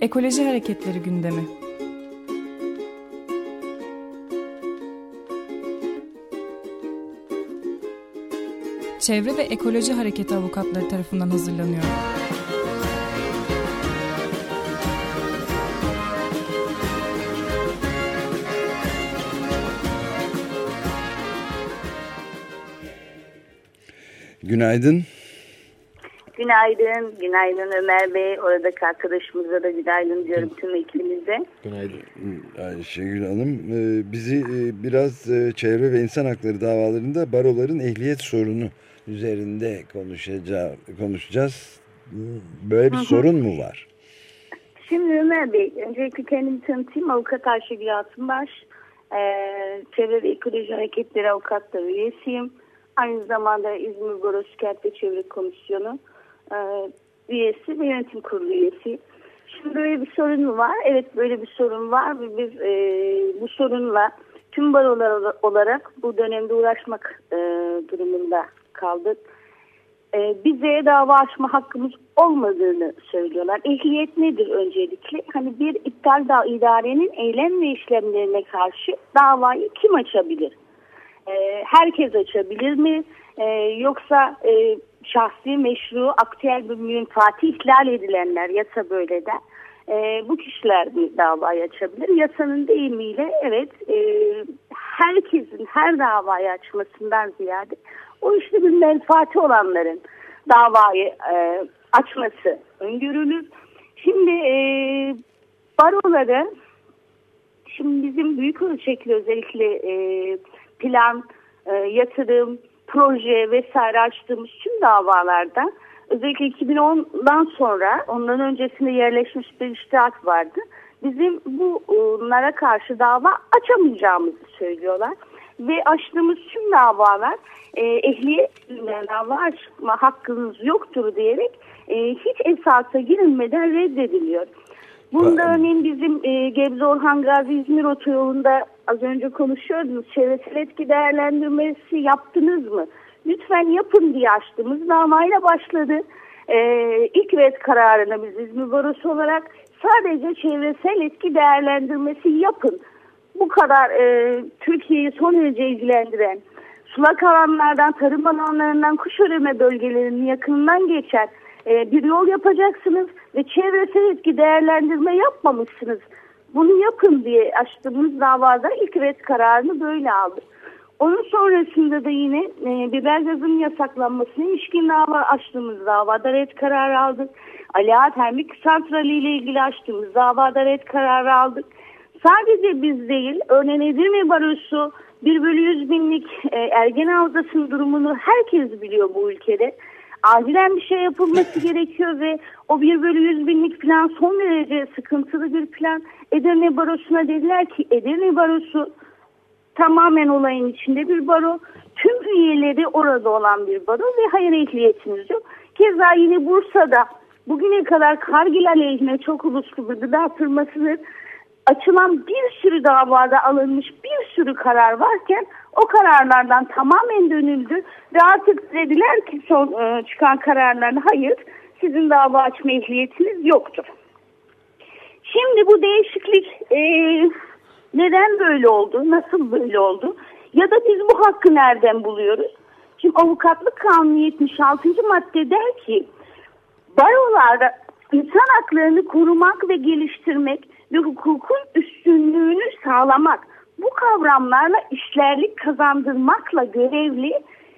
Ekoloji hareketleri gündemi. Çevre ve Ekoloji Hareketi avukatları tarafından hazırlanıyor. Günaydın. Günaydın. Günaydın Ömer Bey. Oradaki arkadaşımıza da günaydın diyorum tüm ekibimize. Günaydın Ayşegül Hanım. Bizi biraz çevre ve insan hakları davalarında baroların ehliyet sorunu üzerinde konuşacağız. Böyle bir sorun mu var? Şimdi Ömer Bey, öncelikle kendimi tanıtayım. Avukat Ayşegül Altınbaş. Çevre ve Ekoloji Hareketleri Avukatları üyesiyim. Aynı zamanda İzmir Barosu Kent ve Çevre Komisyonu üyesi ve yönetim kurulu üyesi. Şimdi böyle bir sorun mu var? Evet, böyle bir sorun var ve biz bu sorunla tüm barolar olarak bu dönemde uğraşmak durumunda kaldık. Bize dava açma hakkımız olmadığını söylüyorlar. Ehliyet nedir öncelikle? Hani bir iptal idarenin eylem ve işlemlerine karşı davayı kim açabilir? Herkes açabilir mi? Yoksa şahsi, meşru, aktüel bir menfaati ihlal edilenler, yasa böyle der. Bu kişiler bir davayı açabilir. Yasanın deyimiyle evet, herkesin her davayı açmasından ziyade o işte bir menfaati olanların davayı açması öngörülür. Şimdi baroları, şimdi bizim büyük ölçekli özellikle plan, yatırım, proje vesaire açtığımız tüm davalarda özellikle 2010'dan sonra ondan öncesinde yerleşmiş bir iştihat vardı. Bizim bunlara karşı dava açamayacağımızı söylüyorlar. Ve açtığımız tüm davalar ehliyet dava açma hakkınız yoktur diyerek hiç esasa girilmeden reddediliyor. Bunda örneğin bizim Gebze Orhan Gazi İzmir otoyolunda az önce konuşuyordunuz. Çevresel etki değerlendirmesi yaptınız mı? Lütfen yapın diye açtığımız davayla başladı. İlk red kararını biz İzmir Barosu olarak sadece çevresel etki değerlendirmesi yapın. Bu kadar Türkiye'yi son derece ilgilendiren, sulak alanlardan, tarım alanlarından kuş üreme bölgelerinin yakınından geçen bir yol yapacaksınız ve çevresel etki değerlendirme yapmamışsınız. Bunu yapın diye açtığımız davada ilk red kararını böyle aldık. Onun sonrasında da yine biber gazının yasaklanmasına ilişkin dava açtığımız davada red kararı aldık. Ali Ağa Termik Santrali ile ilgili açtığımız davada red kararı aldık. Sadece biz değil, örneğin Edirne Barosu 1/100.000'lik Ergen Havzası'nın durumunu herkes biliyor bu ülkede. Acilen bir şey yapılması gerekiyor ve o 1/100.000'lik plan son derece sıkıntılı bir plan. Edirne Barosu'na dediler ki Edirne Barosu tamamen olayın içinde bir baro. Tüm üyeleri orada olan bir baro ve hayır ehliyetiniz yok. Keza yine Bursa'da bugüne kadar Kargil aleyhine çok uluslu bir gıda firmasıdır. Açılan bir sürü davada alınmış bir sürü karar varken o kararlardan tamamen dönüldü ve artık dediler ki son çıkan kararlarla hayır, sizin dava açma ehliyetiniz yoktur. Şimdi bu değişiklik neden böyle oldu, nasıl böyle oldu ya da biz bu hakkı nereden buluyoruz? Şimdi Avukatlık Kanunu 76. madde der ki barolarda insan haklarını korumak ve geliştirmek ve hukukun üstünlüğünü sağlamak, bu kavramlarla işlerlik kazandırmakla görevli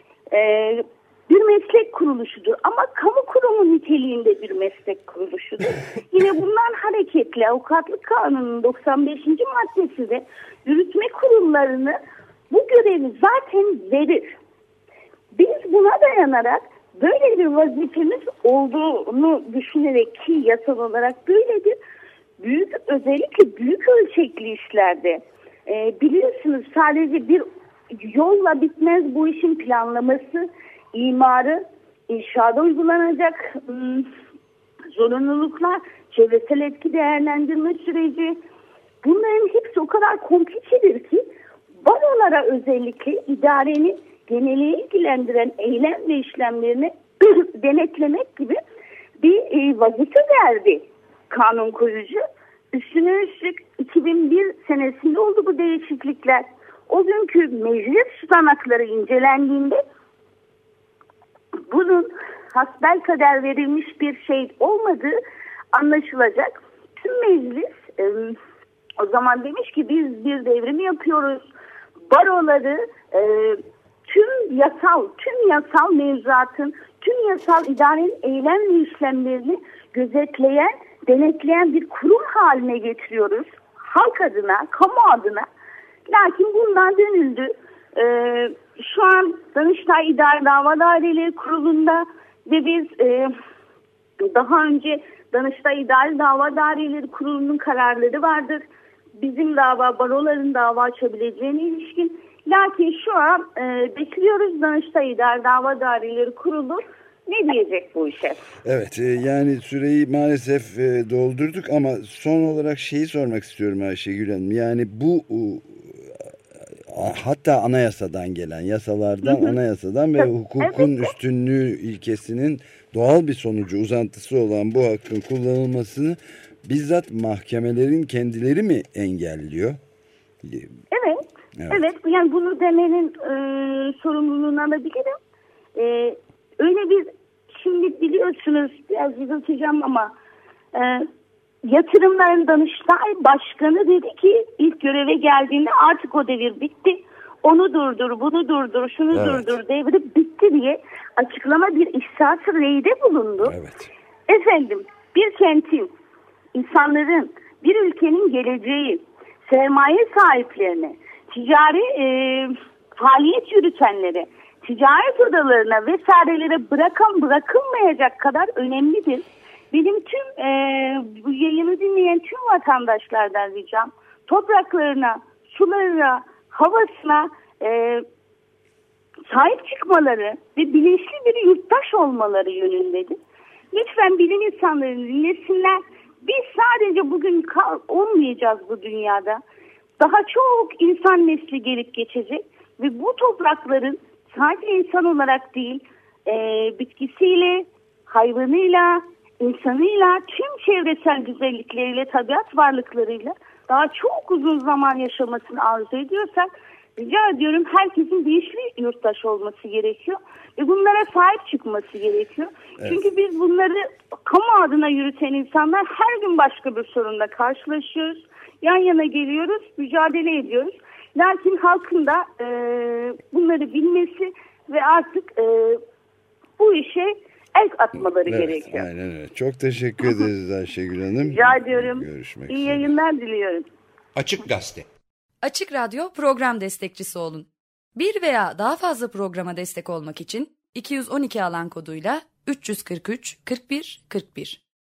bir meslek kuruluşudur. Ama kamu kurumu niteliğinde bir meslek kuruluşudur. Yine bundan hareketle Avukatlık Kanunu'nun 95. maddesi de yürütme kurullarını bu görevi zaten verir. Biz buna dayanarak böyle bir vazifemiz olduğunu düşünerek ki yasal olarak böyledir. Özellikle büyük ölçekli işlerde biliyorsunuz sadece bir yolla bitmez bu işin planlaması, imarı, inşaada uygulanacak zorunluluklar, çevresel etki değerlendirme süreci, bunların hepsi o kadar komplikedir ki barolara özellikle idarenin geneli ilgilendiren eylem ve işlemlerini denetlemek gibi bir vazife verdi kanun koyucu. Üstüne üstlük 2001 senesinde oldu bu değişiklikler. O günkü meclis tutanakları incelendiğinde bunun hasbelkader verilmiş bir şey olmadığı anlaşılacak. Tüm meclis o zaman demiş ki biz bir devrim yapıyoruz. Baroları tüm yasal mevzuatın, tüm yasal idarenin eylem ve işlemlerini gözetleyen, denetleyen bir kurum haline getiriyoruz. Halk adına, kamu adına. Lakin bundan dönüldü. Şu an Danıştay İdare Dava Daireleri Kurulu'nda ve biz daha önce Danıştay İdare Dava Daireleri Kurulu'nun kararları vardır. Bizim baroların dava açabileceğine ilişkin. Lakin şu an bekliyoruz Danıştay İdare Dava Daireleri Kurulu ne diyecek bu işe? Evet, yani süreyi maalesef doldurduk ama son olarak şeyi sormak istiyorum Ayşegül Hanım. Yani bu hatta anayasadan gelen yasalardan, anayasadan ve hukukun üstünlüğü ilkesinin doğal bir sonucu, uzantısı olan bu hakkın kullanılmasını bizzat mahkemelerin kendileri mi engelliyor? Evet. Yani bunu demenin sorumluluğunu alabilirim. Öyle bir, şimdi biliyorsunuz, biraz uzatacağım ama yatırımların Danıştay Başkanı dedi ki ilk göreve geldiğinde artık o devir bitti. Onu durdur, bunu durdur, şunu durdur, devri bitti diye açıklama bir ihsas reyde bulundu. Evet. Efendim, bir kentin, insanların, bir ülkenin geleceği, sermaye sahiplerine, ticari faaliyet yürütenlere, ticaret odalarına vesairelere bırakılmayacak kadar önemlidir. Benim tüm bu yayını dinleyen tüm vatandaşlardan ricam topraklarına, sularına, havasına sahip çıkmaları ve bilinçli bir yurttaş olmaları yönündedir. Lütfen bilim insanlarını dinlesinler. Biz sadece bugün olmayacağız bu dünyada. Daha çok insan nesli gelip geçecek ve bu toprakların sadece insan olarak değil, bitkisiyle, hayvanıyla, insanıyla, tüm çevresel güzellikleriyle, tabiat varlıklarıyla daha çok uzun zaman yaşamasını arzu ediyorsak, rica ediyorum herkesin bilinçli yurttaş olması gerekiyor ve bunlara sahip çıkması gerekiyor. Evet. Çünkü biz bunları kamu adına yürüten insanlar her gün başka bir sorunla karşılaşıyoruz. Yan yana geliyoruz, mücadele ediyoruz. Lakin halkın da bunları bilmesi ve artık bu işe el atmaları gerekiyor. Aynen öyle. Çok teşekkür ederiz Ayşegül Hanım. Rica ediyorum. Görüşmek üzere. İyi yayınlar diliyorum. Açık Gazete. Açık Radyo program destekçisi olun. Bir veya daha fazla programa destek olmak için 212 alan koduyla 343 41 41